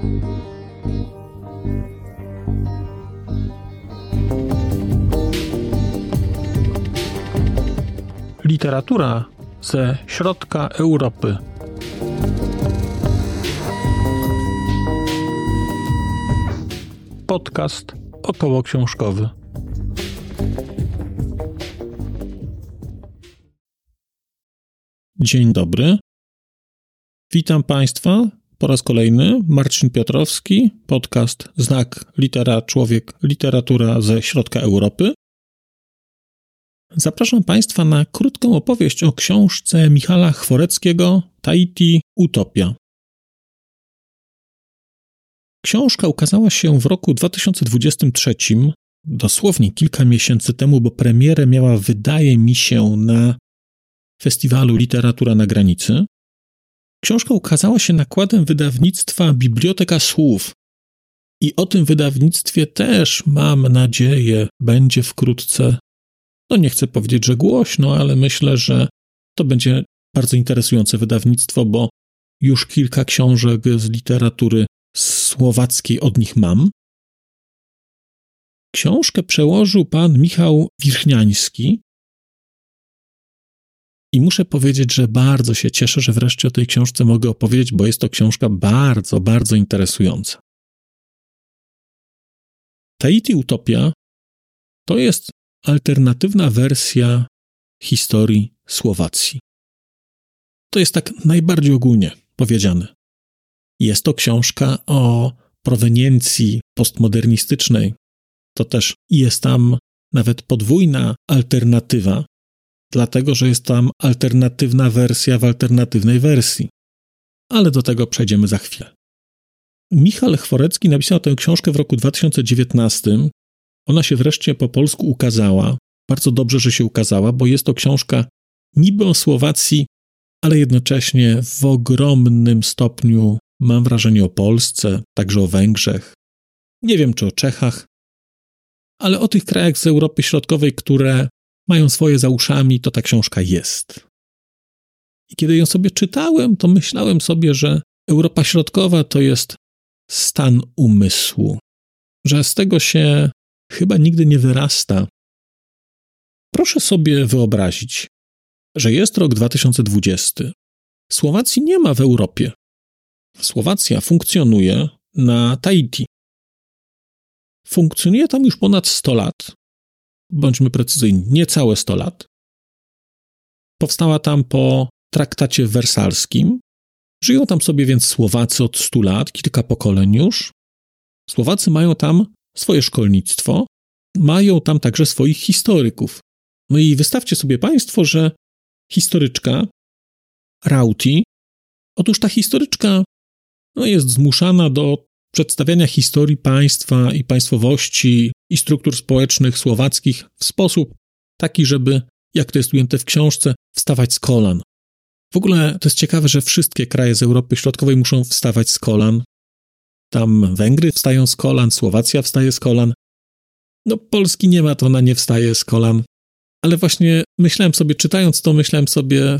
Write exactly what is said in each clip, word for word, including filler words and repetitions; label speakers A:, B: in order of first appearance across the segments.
A: Literatura ze środka Europy. Podcast okołoksiążkowy. Dzień dobry. Witam Państwa po raz kolejny. Marcin Piotrowski, podcast Znak Litera Człowiek Literatura ze środka Europy. Zapraszam Państwa na krótką opowieść o książce Michała Chworeckiego Tahiti Utopia. Książka ukazała się w roku dwa tysiące dwudziestym trzecim, dosłownie kilka miesięcy temu, bo premierę miała, wydaje mi się, na festiwalu Literatura na granicy. Książka ukazała się nakładem wydawnictwa Biblioteka Słów i o tym wydawnictwie też, mam nadzieję, będzie wkrótce, no nie chcę powiedzieć, że głośno, ale myślę, że to będzie bardzo interesujące wydawnictwo, bo już kilka książek z literatury słowackiej od nich mam. Książkę przełożył pan Michał Wirchniański i muszę powiedzieć, że bardzo się cieszę, że wreszcie o tej książce mogę opowiedzieć, bo jest to książka bardzo, bardzo interesująca. Tahiti Utopia to jest alternatywna wersja historii Słowacji. To jest tak najbardziej ogólnie powiedziane. Jest to książka o proweniencji postmodernistycznej. To też jest tam nawet podwójna alternatywa, dlatego że jest tam alternatywna wersja w alternatywnej wersji. Ale do tego przejdziemy za chwilę. Michał Chworecki napisał tę książkę w roku dwa tysiące dziewiętnastym. Ona się wreszcie po polsku ukazała. Bardzo dobrze, że się ukazała, bo jest to książka niby o Słowacji, ale jednocześnie w ogromnym stopniu, mam wrażenie, o Polsce, także o Węgrzech. Nie wiem, czy o Czechach, ale o tych krajach z Europy Środkowej, które mają swoje za uszami, to ta książka jest. I kiedy ją sobie czytałem, to myślałem sobie, że Europa Środkowa to jest stan umysłu, że z tego się chyba nigdy nie wyrasta. Proszę sobie wyobrazić, że jest rok dwa tysiące dwudziesty. Słowacji nie ma w Europie. Słowacja funkcjonuje na Tahiti. Funkcjonuje tam już ponad sto lat. Bądźmy precyzyjni, niecałe sto lat. Powstała tam po traktacie wersalskim. Żyją tam sobie więc Słowacy od stu lat, kilka pokoleń już. Słowacy mają tam swoje szkolnictwo, mają tam także swoich historyków. No i wystawcie sobie Państwo, że historyczka Rauti, otóż ta historyczka no, jest zmuszana do przedstawiania historii państwa i państwowości i struktur społecznych słowackich w sposób taki, żeby, jak to jest ujęte w książce, wstawać z kolan. W ogóle to jest ciekawe, że wszystkie kraje z Europy Środkowej muszą wstawać z kolan. Tam Węgry wstają z kolan, Słowacja wstaje z kolan. No Polski nie ma, to ona nie wstaje z kolan. Ale właśnie myślałem sobie, czytając to, myślałem sobie,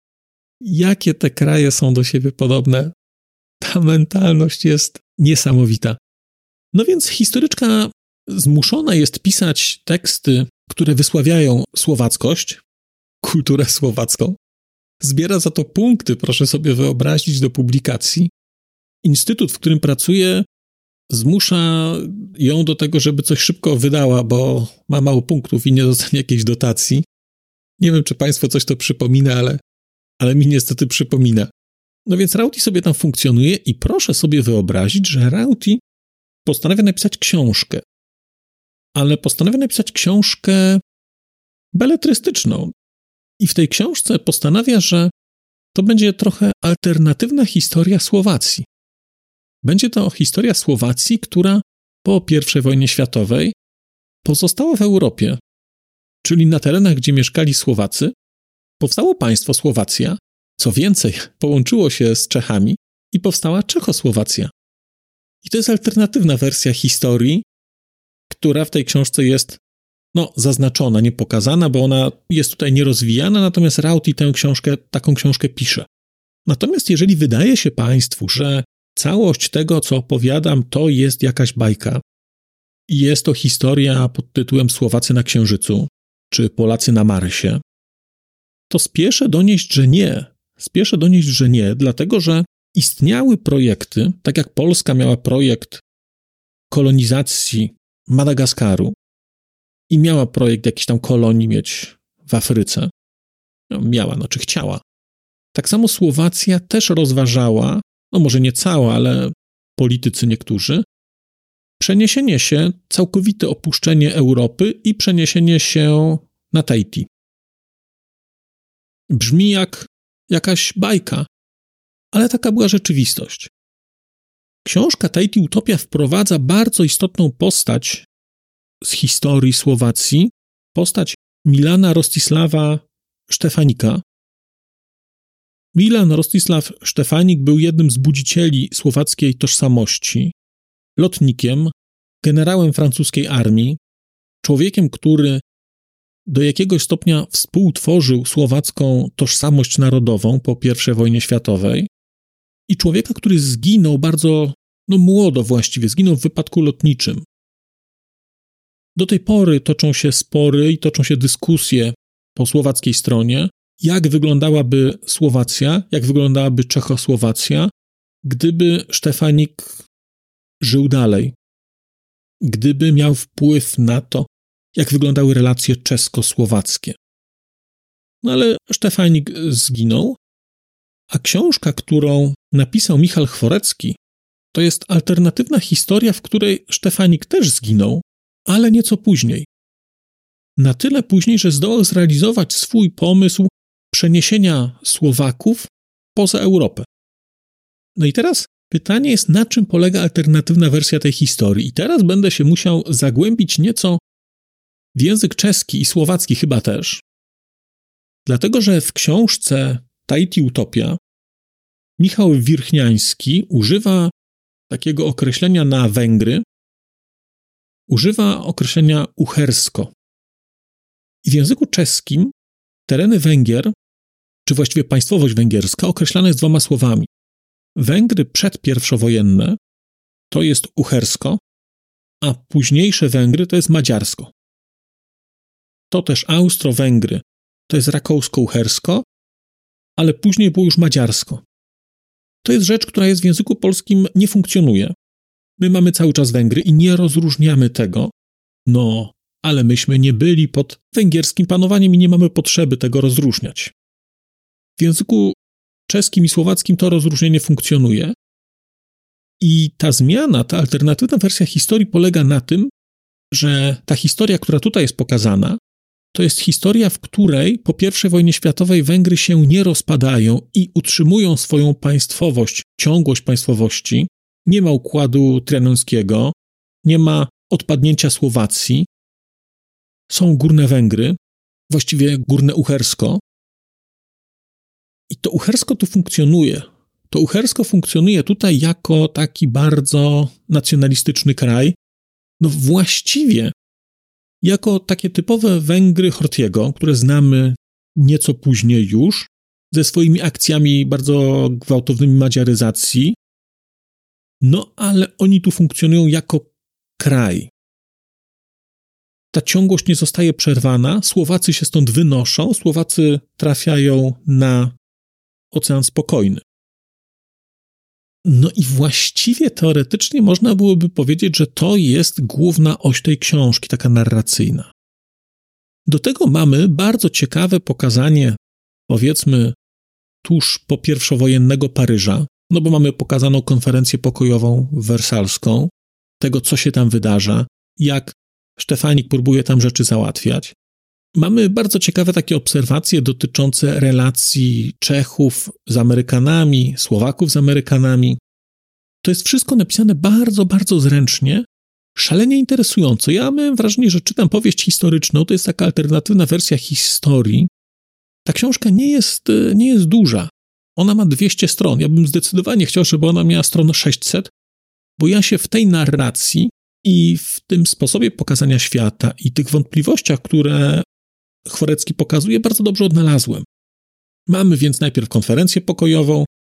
A: jakie te kraje są do siebie podobne. Ta mentalność jest niesamowita. No więc historyczka zmuszona jest pisać teksty, które wysławiają słowackość, kulturę słowacką. Zbiera za to punkty, proszę sobie wyobrazić, do publikacji. Instytut, w którym pracuje, zmusza ją do tego, żeby coś szybko wydała, bo ma mało punktów i nie dostanie jakiejś dotacji. Nie wiem, czy Państwo coś to przypomina, ale, ale mi niestety przypomina. No więc Rauti sobie tam funkcjonuje i proszę sobie wyobrazić, że Rauti postanawia napisać książkę. Ale postanawia napisać książkę beletrystyczną. I w tej książce postanawia, że to będzie trochę alternatywna historia Słowacji. Będzie to historia Słowacji, która po pierwszej wojnie światowej pozostała w Europie, czyli na terenach, gdzie mieszkali Słowacy, powstało państwo Słowacja, co więcej, połączyło się z Czechami i powstała Czechosłowacja. I to jest alternatywna wersja historii, która w tej książce jest no, zaznaczona, nie pokazana, bo ona jest tutaj nierozwijana, natomiast Rauti tę książkę, taką książkę pisze. Natomiast jeżeli wydaje się Państwu, że całość tego, co opowiadam, to jest jakaś bajka. I jest to historia pod tytułem Słowacy na Księżycu, czy Polacy na Marsie, to spieszę donieść, że nie. Spieszę donieść, że nie, dlatego że istniały projekty, tak jak Polska miała projekt kolonizacji Madagaskaru i miała projekt jakiejś tam kolonii mieć w Afryce. No, miała, no czy chciała. Tak samo Słowacja też rozważała, no może nie cała, ale politycy niektórzy, przeniesienie się, całkowite opuszczenie Europy i przeniesienie się na Tahiti. Brzmi jak jakaś bajka, ale taka była rzeczywistość. Książka Tahiti Utopia wprowadza bardzo istotną postać z historii Słowacji, postać Milana Rostislawa Štefanika. Milan Rostislav Štefanik był jednym z budzicieli słowackiej tożsamości, lotnikiem, generałem francuskiej armii, człowiekiem, który do jakiegoś stopnia współtworzył słowacką tożsamość narodową po pierwszej wojnie światowej i człowieka, który zginął bardzo, no młodo właściwie, zginął w wypadku lotniczym. Do tej pory toczą się spory i toczą się dyskusje po słowackiej stronie, jak wyglądałaby Słowacja, jak wyglądałaby Czechosłowacja, gdyby Štefanik żył dalej, gdyby miał wpływ na to, jak wyglądały relacje czesko-słowackie. No ale Štefanik zginął, a książka, którą napisał Michał Chworecki, to jest alternatywna historia, w której Štefanik też zginął, ale nieco później. Na tyle później, że zdołał zrealizować swój pomysł przeniesienia Słowaków poza Europę. No i teraz pytanie jest, na czym polega alternatywna wersja tej historii. I teraz będę się musiał zagłębić nieco w język czeski i słowacki chyba też. Dlatego, że w książce Tahiti Utopia Michał Wirchniański używa takiego określenia na Węgry, używa określenia uhersko. I w języku czeskim tereny Węgier, czy właściwie państwowość węgierska, określana jest dwoma słowami. Węgry przedpierwszowojenne to jest uhersko, a późniejsze Węgry to jest madziarsko. To też Austro-Węgry to jest rakousko-uhersko, ale później było już madziarsko. To jest rzecz, która jest w języku polskim nie funkcjonuje. My mamy cały czas Węgry i nie rozróżniamy tego. No, ale myśmy nie byli pod węgierskim panowaniem i nie mamy potrzeby tego rozróżniać. W języku czeskim i słowackim to rozróżnienie funkcjonuje i ta zmiana, ta alternatywna wersja historii polega na tym, że ta historia, która tutaj jest pokazana, to jest historia, w której po pierwszej wojnie światowej Węgry się nie rozpadają i utrzymują swoją państwowość, ciągłość państwowości. Nie ma układu trianonskiego, nie ma odpadnięcia Słowacji. Są górne Węgry, właściwie górne Uhersko. I to Uhersko tu funkcjonuje. To Uhersko funkcjonuje tutaj jako taki bardzo nacjonalistyczny kraj. No właściwie jako takie typowe Węgry Horthyego, które znamy nieco później już, ze swoimi akcjami bardzo gwałtownymi madziaryzacji. No ale oni tu funkcjonują jako kraj. Ta ciągłość nie zostaje przerwana, Słowacy się stąd wynoszą, Słowacy trafiają na Ocean Spokojny. No i właściwie teoretycznie można byłoby powiedzieć, że to jest główna oś tej książki, taka narracyjna. Do tego mamy bardzo ciekawe pokazanie, powiedzmy, tuż po pierwszowojennego Paryża, no bo mamy pokazaną konferencję pokojową wersalską, tego, co się tam wydarza, jak Štefanik próbuje tam rzeczy załatwiać. Mamy bardzo ciekawe takie obserwacje dotyczące relacji Czechów z Amerykanami, Słowaków z Amerykanami. To jest wszystko napisane bardzo, bardzo zręcznie, szalenie interesująco. Ja mam wrażenie, że czytam powieść historyczną, to jest taka alternatywna wersja historii. Ta książka nie jest, nie jest duża. Ona ma dwieście stron. Ja bym zdecydowanie chciał, żeby ona miała stron sześćset, bo ja się w tej narracji i w tym sposobie pokazania świata i tych wątpliwościach, które Chworecki pokazuje, bardzo dobrze odnalazłem. Mamy więc najpierw konferencję pokojową,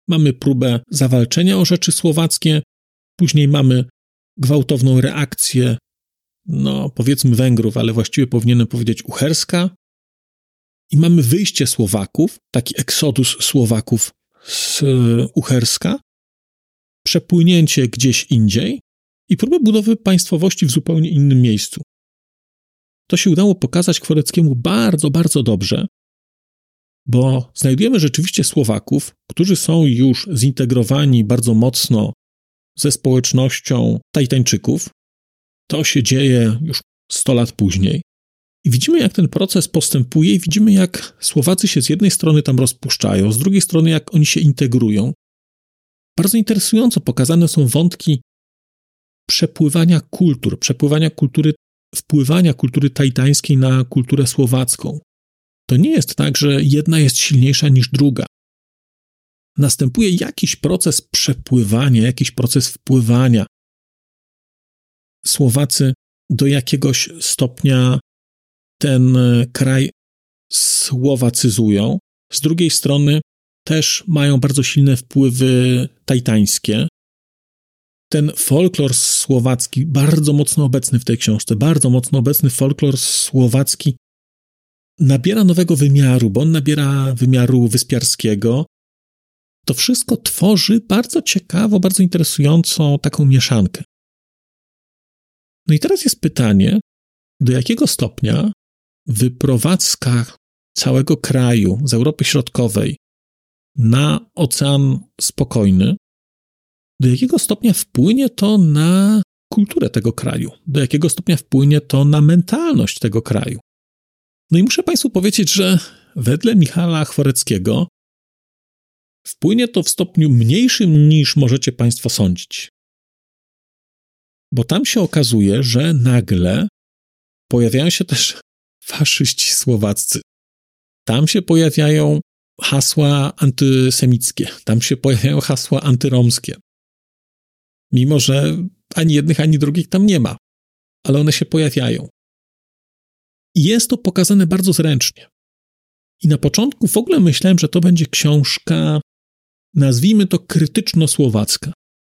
A: mamy próbę zawalczenia o rzeczy słowackie, później mamy gwałtowną reakcję, no powiedzmy Węgrów, ale właściwie powinienem powiedzieć uherska, i mamy wyjście Słowaków, taki eksodus Słowaków z Uherska, przepłynięcie gdzieś indziej i próbę budowy państwowości w zupełnie innym miejscu. To się udało pokazać Chworeckiemu bardzo, bardzo dobrze, bo znajdujemy rzeczywiście Słowaków, którzy są już zintegrowani bardzo mocno ze społecznością Tajtańczyków. To się dzieje już sto lat później. I widzimy, jak ten proces postępuje i widzimy, jak Słowacy się z jednej strony tam rozpuszczają, z drugiej strony, jak oni się integrują. Bardzo interesująco pokazane są wątki przepływania kultur, przepływania kultury, wpływania kultury tajtańskiej na kulturę słowacką. To nie jest tak, że jedna jest silniejsza niż druga. Następuje jakiś proces przepływania, jakiś proces wpływania. Słowacy do jakiegoś stopnia ten kraj słowacyzują. Z drugiej strony też mają bardzo silne wpływy tajtańskie. Ten folklor słowacki, bardzo mocno obecny w tej książce, bardzo mocno obecny folklor słowacki nabiera nowego wymiaru, bo on nabiera wymiaru wyspiarskiego. To wszystko tworzy bardzo ciekawą, bardzo interesującą taką mieszankę. No i teraz jest pytanie, do jakiego stopnia wyprowadzka całego kraju z Europy Środkowej na Ocean Spokojny, do jakiego stopnia wpłynie to na kulturę tego kraju, do jakiego stopnia wpłynie to na mentalność tego kraju. No i muszę Państwu powiedzieć, że wedle Michała Chworeckiego wpłynie to w stopniu mniejszym niż możecie Państwo sądzić. Bo tam się okazuje, że nagle pojawiają się też faszyści słowaccy. Tam się pojawiają hasła antysemickie, tam się pojawiają hasła antyromskie. Mimo że ani jednych, ani drugich tam nie ma, ale one się pojawiają. I jest to pokazane bardzo zręcznie. I na początku w ogóle myślałem, że to będzie książka, nazwijmy to krytyczno-słowacka.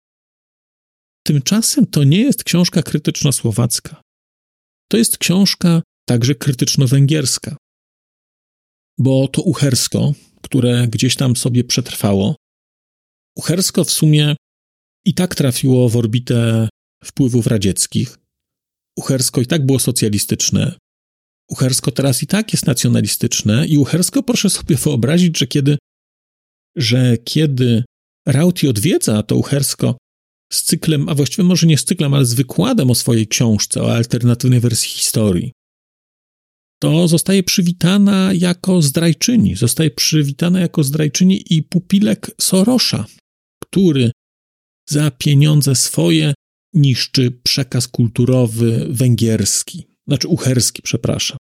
A: Tymczasem to nie jest książka krytyczno-słowacka. To jest książka także krytyczno-węgierska. Bo to uhersko, które gdzieś tam sobie przetrwało, uhersko w sumie i tak trafiło w orbitę wpływów radzieckich. Uhersko i tak było socjalistyczne. Uhersko teraz i tak jest nacjonalistyczne i uhersko proszę sobie wyobrazić, że kiedy, że kiedy Rauti odwiedza to uhersko z cyklem, a właściwie może nie z cyklem, ale z wykładem o swojej książce, o alternatywnej wersji historii, to zostaje przywitana jako zdrajczyni. Zostaje przywitana jako zdrajczyni i pupilek Sorosza, który za pieniądze swoje niszczy przekaz kulturowy węgierski, znaczy uherski, przepraszam.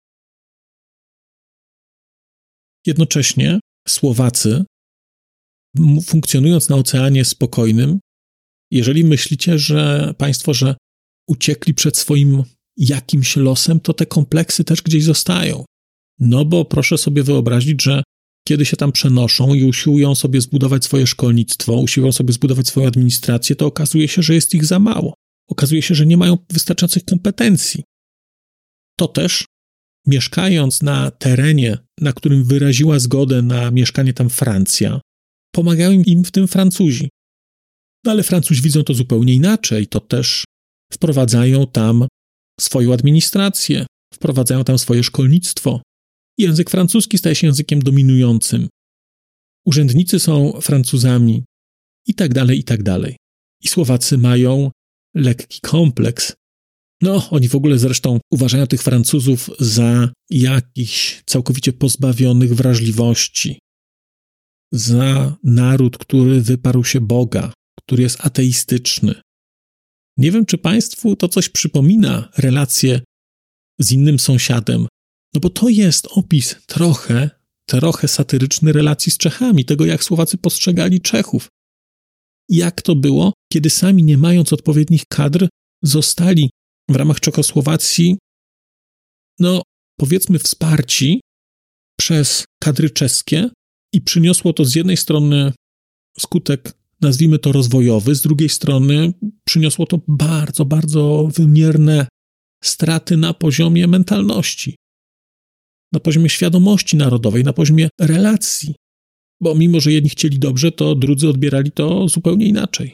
A: Jednocześnie Słowacy, funkcjonując na Oceanie Spokojnym, jeżeli myślicie, że Państwo, że uciekli przed swoim jakimś losem, to te kompleksy też gdzieś zostają. No bo proszę sobie wyobrazić, że kiedy się tam przenoszą i usiłują sobie zbudować swoje szkolnictwo, usiłują sobie zbudować swoją administrację, to okazuje się, że jest ich za mało. Okazuje się, że nie mają wystarczających kompetencji. To też, mieszkając na terenie, na którym wyraziła zgodę na mieszkanie tam Francja, pomagają im w tym Francuzi. No ale Francuzi widzą to zupełnie inaczej. To też wprowadzają tam swoją administrację, wprowadzają tam swoje szkolnictwo. Język francuski staje się językiem dominującym. Urzędnicy są Francuzami i tak dalej, i tak dalej. I Słowacy mają lekki kompleks. No, oni w ogóle zresztą uważają tych Francuzów za jakichś całkowicie pozbawionych wrażliwości. Za naród, który wyparł się Boga, który jest ateistyczny. Nie wiem, czy Państwu to coś przypomina, relacje z innym sąsiadem, no bo to jest opis trochę, trochę satyryczny relacji z Czechami, tego jak Słowacy postrzegali Czechów. Jak to było, kiedy sami nie mając odpowiednich kadr, zostali w ramach Czechosłowacji, no powiedzmy wsparci przez kadry czeskie i przyniosło to z jednej strony skutek, nazwijmy to rozwojowy, z drugiej strony przyniosło to bardzo, bardzo wymierne straty na poziomie mentalności, na poziomie świadomości narodowej, na poziomie relacji, bo mimo, że jedni chcieli dobrze, to drudzy odbierali to zupełnie inaczej.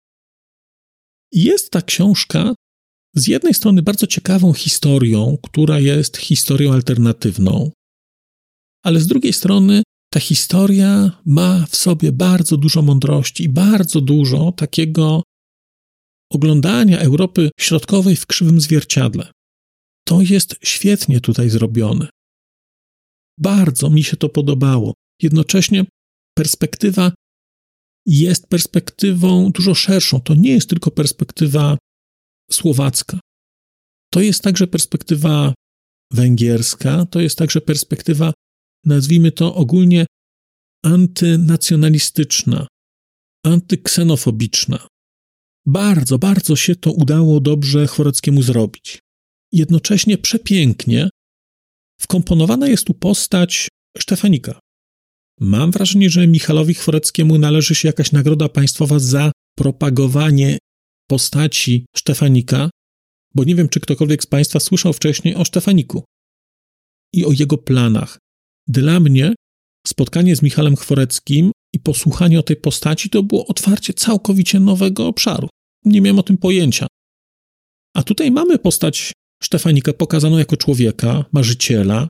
A: Jest ta książka z jednej strony bardzo ciekawą historią, która jest historią alternatywną, ale z drugiej strony ta historia ma w sobie bardzo dużo mądrości i bardzo dużo takiego oglądania Europy Środkowej w krzywym zwierciadle. To jest świetnie tutaj zrobione. Bardzo mi się to podobało. Jednocześnie perspektywa jest perspektywą dużo szerszą. To nie jest tylko perspektywa słowacka. To jest także perspektywa węgierska, to jest także perspektywa, nazwijmy to ogólnie, antynacjonalistyczna, antykseноfobiczna. Bardzo, bardzo się to udało dobrze Chworeckiemu zrobić. Jednocześnie przepięknie wkomponowana jest tu postać Sztefanika. Mam wrażenie, że Michalowi Chworeckiemu należy się jakaś nagroda państwowa za propagowanie postaci Sztefanika, bo nie wiem, czy ktokolwiek z Państwa słyszał wcześniej o Sztefaniku i o jego planach. Dla mnie spotkanie z Michałem Chworeckim i posłuchanie o tej postaci to było otwarcie całkowicie nowego obszaru. Nie miałem o tym pojęcia. A tutaj mamy postać Sztefanika pokazaną jako człowieka, marzyciela,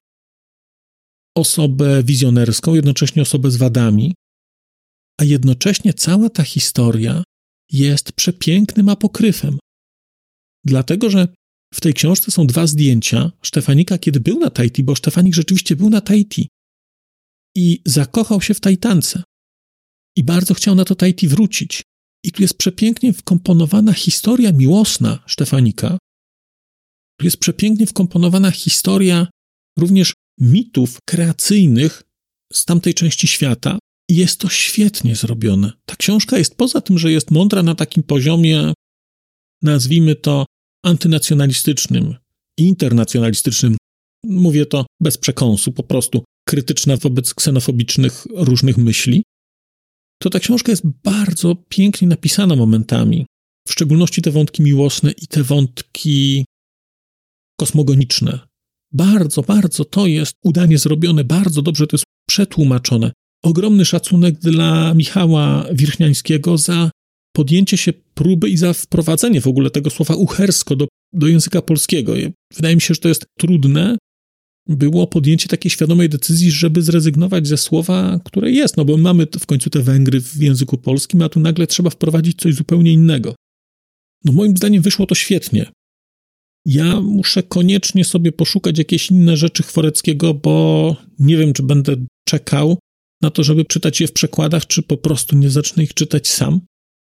A: osobę wizjonerską, jednocześnie osobę z wadami, a jednocześnie cała ta historia jest przepięknym apokryfem. Dlatego, że w tej książce są dwa zdjęcia Sztefanika, kiedy był na Tahiti, bo Sztefanik rzeczywiście był na Tahiti i zakochał się w Tahitance i bardzo chciał na to Tahiti wrócić. I tu jest przepięknie wkomponowana historia miłosna Sztefanika. Tu jest przepięknie wkomponowana historia również mitów kreacyjnych z tamtej części świata i jest to świetnie zrobione. Ta książka jest poza tym, że jest mądra na takim poziomie, nazwijmy to antynacjonalistycznym, internacjonalistycznym, mówię to bez przekąsu, po prostu krytyczna wobec ksenofobicznych różnych myśli, to ta książka jest bardzo pięknie napisana momentami. W szczególności te wątki miłosne i te wątki kosmogoniczne. Bardzo, bardzo to jest udanie zrobione, bardzo dobrze to jest przetłumaczone. Ogromny szacunek dla Michała Wirchniańskiego za podjęcie się próby i za wprowadzenie w ogóle tego słowa uhersko do, do języka polskiego. Wydaje mi się, że to jest trudne. Było podjęcie takiej świadomej decyzji, żeby zrezygnować ze słowa, które jest, no bo mamy w końcu te Węgry w języku polskim, a tu nagle trzeba wprowadzić coś zupełnie innego. No moim zdaniem wyszło to świetnie. Ja muszę koniecznie sobie poszukać jakieś inne rzeczy Chworeckiego, bo nie wiem, czy będę czekał na to, żeby czytać je w przekładach, czy po prostu nie zacznę ich czytać sam.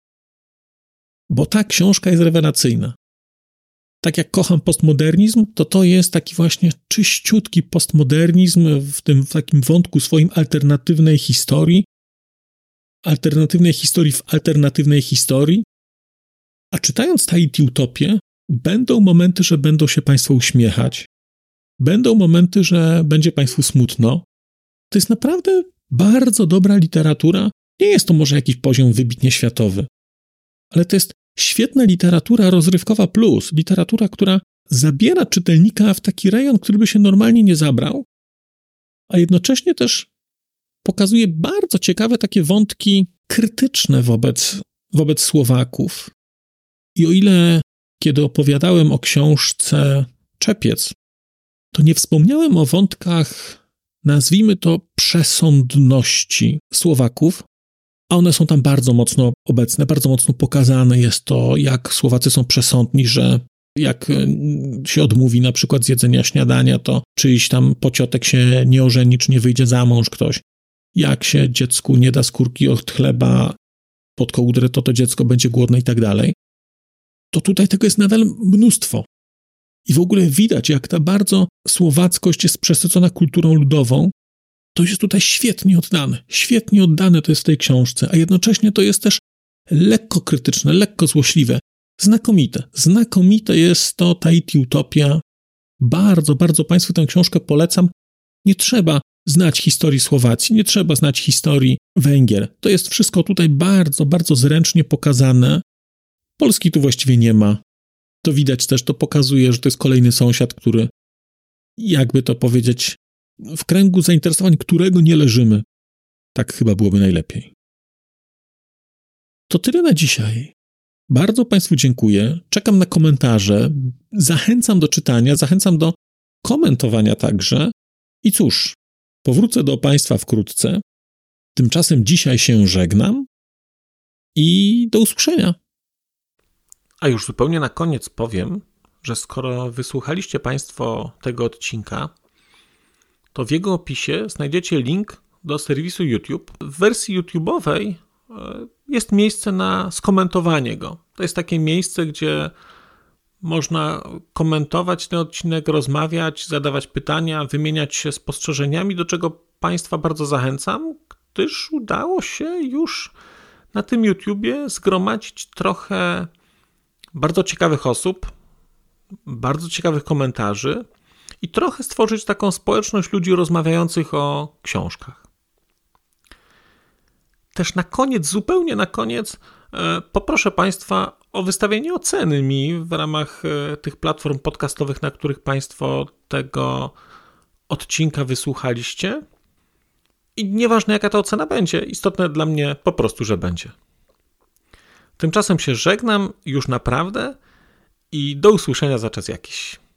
A: Bo ta książka jest rewelacyjna. Tak jak kocham postmodernizm, to to jest taki właśnie czyściutki postmodernizm w tym w takim wątku swoim alternatywnej historii, alternatywnej historii w alternatywnej historii. A czytając Tahiti Utopię, będą momenty, że będą się Państwo uśmiechać, będą momenty, że będzie Państwu smutno. To jest naprawdę bardzo dobra literatura. Nie jest to może jakiś poziom wybitnie światowy, ale to jest świetna literatura rozrywkowa plus, literatura, która zabiera czytelnika w taki rejon, który by się normalnie nie zabrał, a jednocześnie też pokazuje bardzo ciekawe takie wątki krytyczne wobec, wobec Słowaków. I o ile kiedy opowiadałem o książce Czepiec, to nie wspomniałem o wątkach, nazwijmy to, przesądności Słowaków, a one są tam bardzo mocno obecne, bardzo mocno pokazane jest to, jak Słowacy są przesądni, że jak się odmówi na przykład z jedzenia śniadania, to czyjś tam pociotek się nie ożeni, czy nie wyjdzie za mąż ktoś. Jak się dziecku nie da skórki od chleba pod kołdrę, to to dziecko będzie głodne i tak dalej. To tutaj tego jest nadal mnóstwo. I w ogóle widać, jak ta bardzo słowackość jest przesycona kulturą ludową. To jest tutaj świetnie oddane. Świetnie oddane to jest w tej książce, a jednocześnie to jest też lekko krytyczne, lekko złośliwe. Znakomite. Znakomite jest to Tahiti Utopia. Bardzo, bardzo Państwu tę książkę polecam. Nie trzeba znać historii Słowacji, nie trzeba znać historii Węgier. To jest wszystko tutaj bardzo, bardzo zręcznie pokazane. Polski tu właściwie nie ma. To widać też, to pokazuje, że to jest kolejny sąsiad, który, jakby to powiedzieć, w kręgu zainteresowań którego nie leżymy. Tak chyba byłoby najlepiej. To tyle na dzisiaj. Bardzo Państwu dziękuję. Czekam na komentarze. Zachęcam do czytania, zachęcam do komentowania także. I cóż, powrócę do Państwa wkrótce. Tymczasem dzisiaj się żegnam i do usłyszenia. A już zupełnie na koniec powiem, że skoro wysłuchaliście Państwo tego odcinka, to w jego opisie znajdziecie link do serwisu YouTube. W wersji YouTube'owej jest miejsce na skomentowanie go. To jest takie miejsce, gdzie można komentować ten odcinek, rozmawiać, zadawać pytania, wymieniać się spostrzeżeniami, do czego Państwa bardzo zachęcam, gdyż udało się już na tym YouTubie zgromadzić trochę bardzo ciekawych osób, bardzo ciekawych komentarzy i trochę stworzyć taką społeczność ludzi rozmawiających o książkach. Też na koniec, zupełnie na koniec, poproszę Państwa o wystawienie oceny mi w ramach tych platform podcastowych, na których Państwo tego odcinka wysłuchaliście. I nieważne, jaka ta ocena będzie, istotne dla mnie po prostu, że będzie. Tymczasem się żegnam już naprawdę i do usłyszenia za czas jakiś.